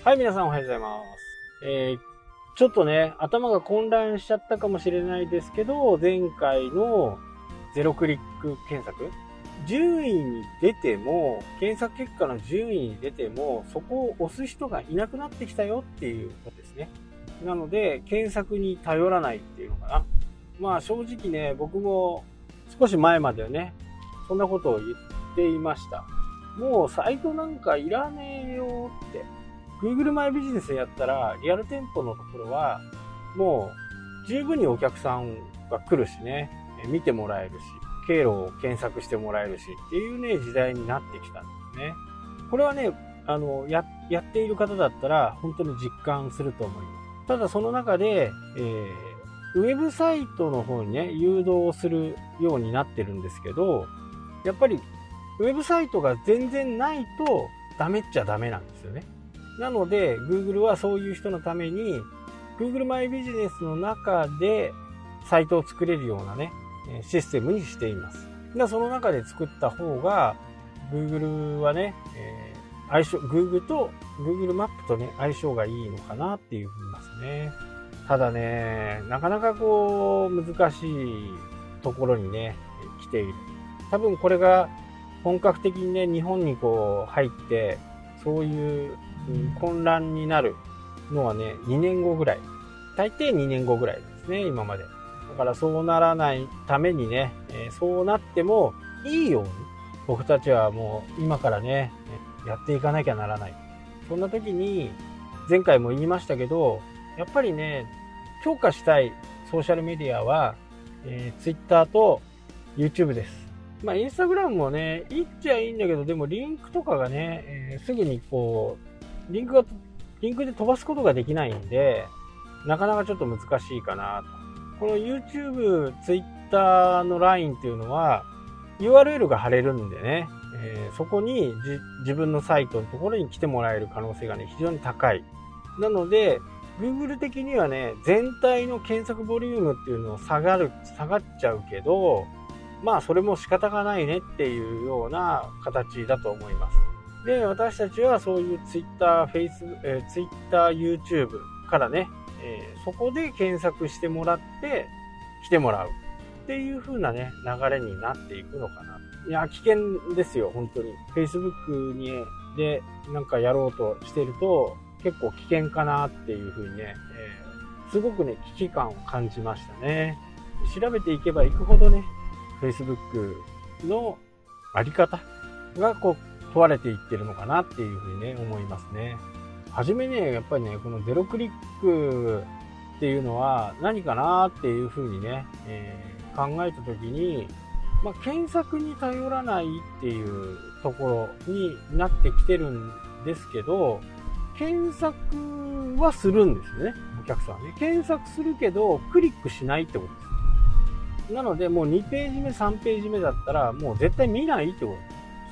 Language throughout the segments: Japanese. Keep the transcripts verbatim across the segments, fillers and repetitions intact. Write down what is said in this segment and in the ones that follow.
はい、皆さんおはようございます。えー、ちょっとね、頭が混乱しちゃったかもしれないですけど、前回のゼロクリック検索、順位に出ても、検索結果の順位に出ても、そこを押す人がいなくなってきたよっていうことですね。なので、検索に頼らないっていうのかな。まあ正直ね、僕も少し前まではね、そんなことを言っていました。もうサイトなんかいらねえよって。Google マイビジネスやったら、リアル店舗のところは、もう十分にお客さんが来るしね、見てもらえるし、経路を検索してもらえるしっていうね、時代になってきたんですね。これはね、あの、や、やっている方だったら、本当に実感すると思います。ただその中で、えー、ウェブサイトの方にね、誘導するようになってるんですけど、やっぱり、ウェブサイトが全然ないとダメっちゃダメなんですよね。なので Google はそういう人のために Google マイビジネスの中でサイトを作れるようなねシステムにしています。でその中で作った方が Google はね、えー、相性 Google と Google マップとね相性がいいのかなっていうふうに言いますね。ただね、なかなかこう難しいところにね来ている。多分これが本格的にね日本にこう入ってそういう混乱になるのはねにねんごぐらい、大抵にねんごぐらいですね今まで。だからそうならないためにね、えー、そうなってもいいように僕たちはもう今からねやっていかなきゃならない。そんな時に前回も言いましたけど、やっぱりね強化したいソーシャルメディアは、えー、Twitter と YouTube です。まあインスタグラムもねいいっちゃいいんだけど、でもリンクとかがね、えー、すぐにこうリンクがリンクで飛ばすことができないんで、なかなかちょっと難しいかなと。この YouTube、Twitter のラインっていうのは ユーアールエル が貼れるんでね、えー、そこにじ自分のサイトのところに来てもらえる可能性がね非常に高い。なので Google 的にはね全体の検索ボリュームっていうのを下がる下がっちゃうけど、まあそれも仕方がないねっていうような形だと思います。で、私たちはそういう Twitter、Facebook、えー、Twitter、YouTube からね、えー、そこで検索してもらって来てもらうっていう風なね流れになっていくのかな。いや危険ですよ本当に。Facebook にでなんかやろうとしてると結構危険かなっていう風にね、えー、すごくね危機感を感じましたね。調べていけばいくほどね。Facebook のあり方がこう問われていってるのかなっていうふうにね思いますね。はじめねやっぱりねこのゼロクリックっていうのは何かなっていうふうにね、えー、考えた時に、まあ、検索に頼らないっていうところになってきてるんですけど、検索はするんですよねお客さんはね。検索するけどクリックしないってことです。なのでもうにページ目さんページ目だったらもう絶対見ないってこと。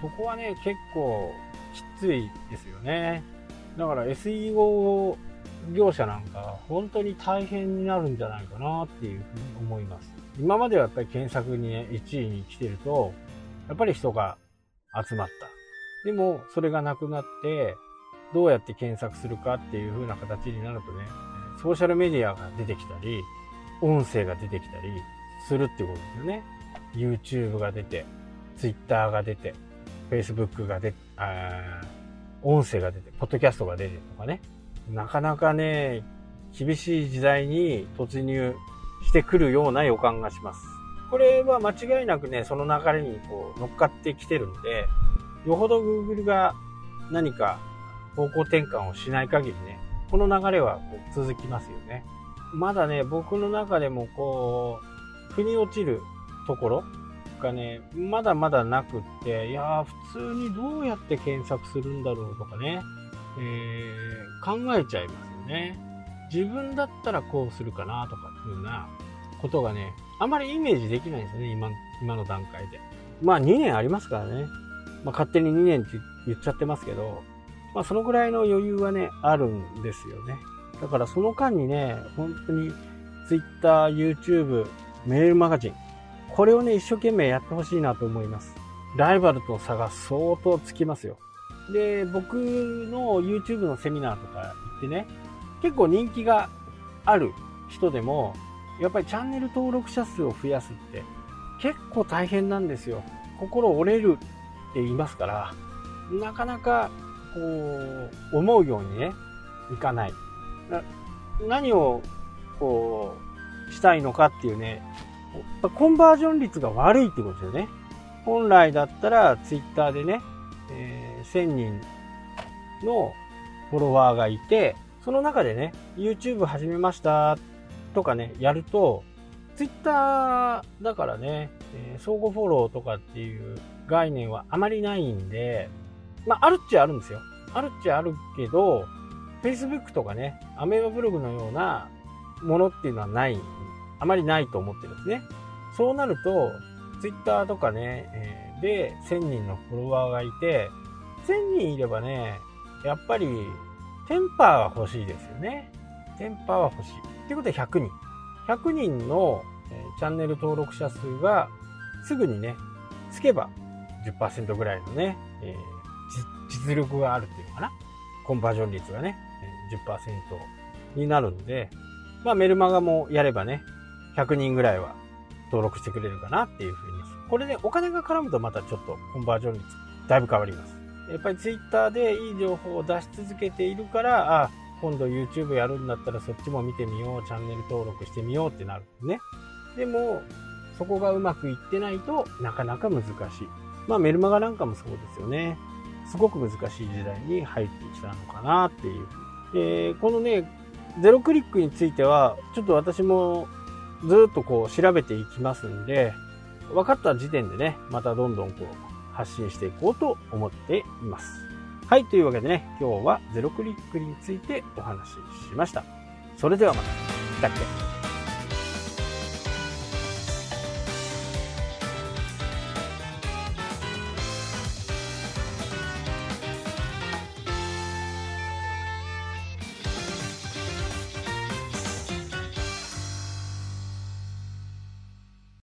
そこはね結構きついですよね。だから エスイーオー 業者なんか本当に大変になるんじゃないかなっていうふうに思います。今まではやっぱり検索に、ね、いちいに来てるとやっぱり人が集まった。でもそれがなくなってどうやって検索するかっていう風な形になるとね、ソーシャルメディアが出てきたり音声が出てきたりするってことですよね。 YouTube が出て Twitter が出て Facebook が出て、あ音声が出てポッドキャストが出てとかね、なかなかね厳しい時代に突入してくるような予感がします。これは間違いなくねその流れにこう乗っかってきてるんで、よほど Google が何か方向転換をしない限りねこの流れはこう続きますよね。まだね僕の中でもこう腑に落ちるところがねまだまだなくって、いや普通にどうやって検索するんだろうとかね、えー、考えちゃいますよね。自分だったらこうするかなとかっていうようなことがねあまりイメージできないんですよね 今, 今の段階で。まあにねんありますからね、まあ、勝手ににねんって言っちゃってますけど、まあそのぐらいの余裕はねあるんですよね。だからその間にね本当に Twitter、YouTube、メールマガジン、これをね一生懸命やってほしいなと思います。ライバルとの差が相当つきますよ。 で、僕の YouTube のセミナーとか行ってね、結構人気がある人でも、やっぱりチャンネル登録者数を増やすって結構大変なんですよ。心折れるって言いますから、なかなかこう思うようにね、いかない。何をこうしたいのかっていうね、コンバージョン率が悪いってことですよね。本来だったら Twitter でね、えー、せんにんのフォロワーがいて、その中でね、YouTube 始めましたとかね、やると、Twitter だからね、えー、相互フォローとかっていう概念はあまりないんで、まあ、あるっちゃあるんですよ。あるっちゃあるけど、Facebook とかね、アメーバブログのようなものっていうのはない、あまりないと思ってるんですね。そうなると、Twitter とかね、えー、でせんにんのフォロワーがいて、せんにんいればね、やっぱりテンパーは欲しいですよね。テンパーは欲しい。っていうことでひゃくにん。ひゃくにんの、えー、チャンネル登録者数がすぐにね、つけば じゅっパーセント ぐらいのね、えー、実力があるっていうのかな。コンバージョン率がね、じゅっパーセント になるんで、まあメルマガもやればね、ひゃくにんぐらいは登録してくれるかなっていうふうに。これね、お金が絡むとまたちょっとコンバージョン率だいぶ変わります。やっぱり Twitter でいい情報を出し続けているから、あ、今度 YouTube やるんだったらそっちも見てみよう、チャンネル登録してみようってなるんですね。でも、そこがうまくいってないとなかなか難しい。まあメルマガなんかもそうですよね。すごく難しい時代に入ってきたのかなっていう。えー、このね、ゼロクリックについては、ちょっと私もずっとこう調べていきますんで、分かった時点でね、またどんどんこう発信していこうと思っています。はい、というわけでね、今日はゼロクリックについてお話ししました。それではまた。だっけ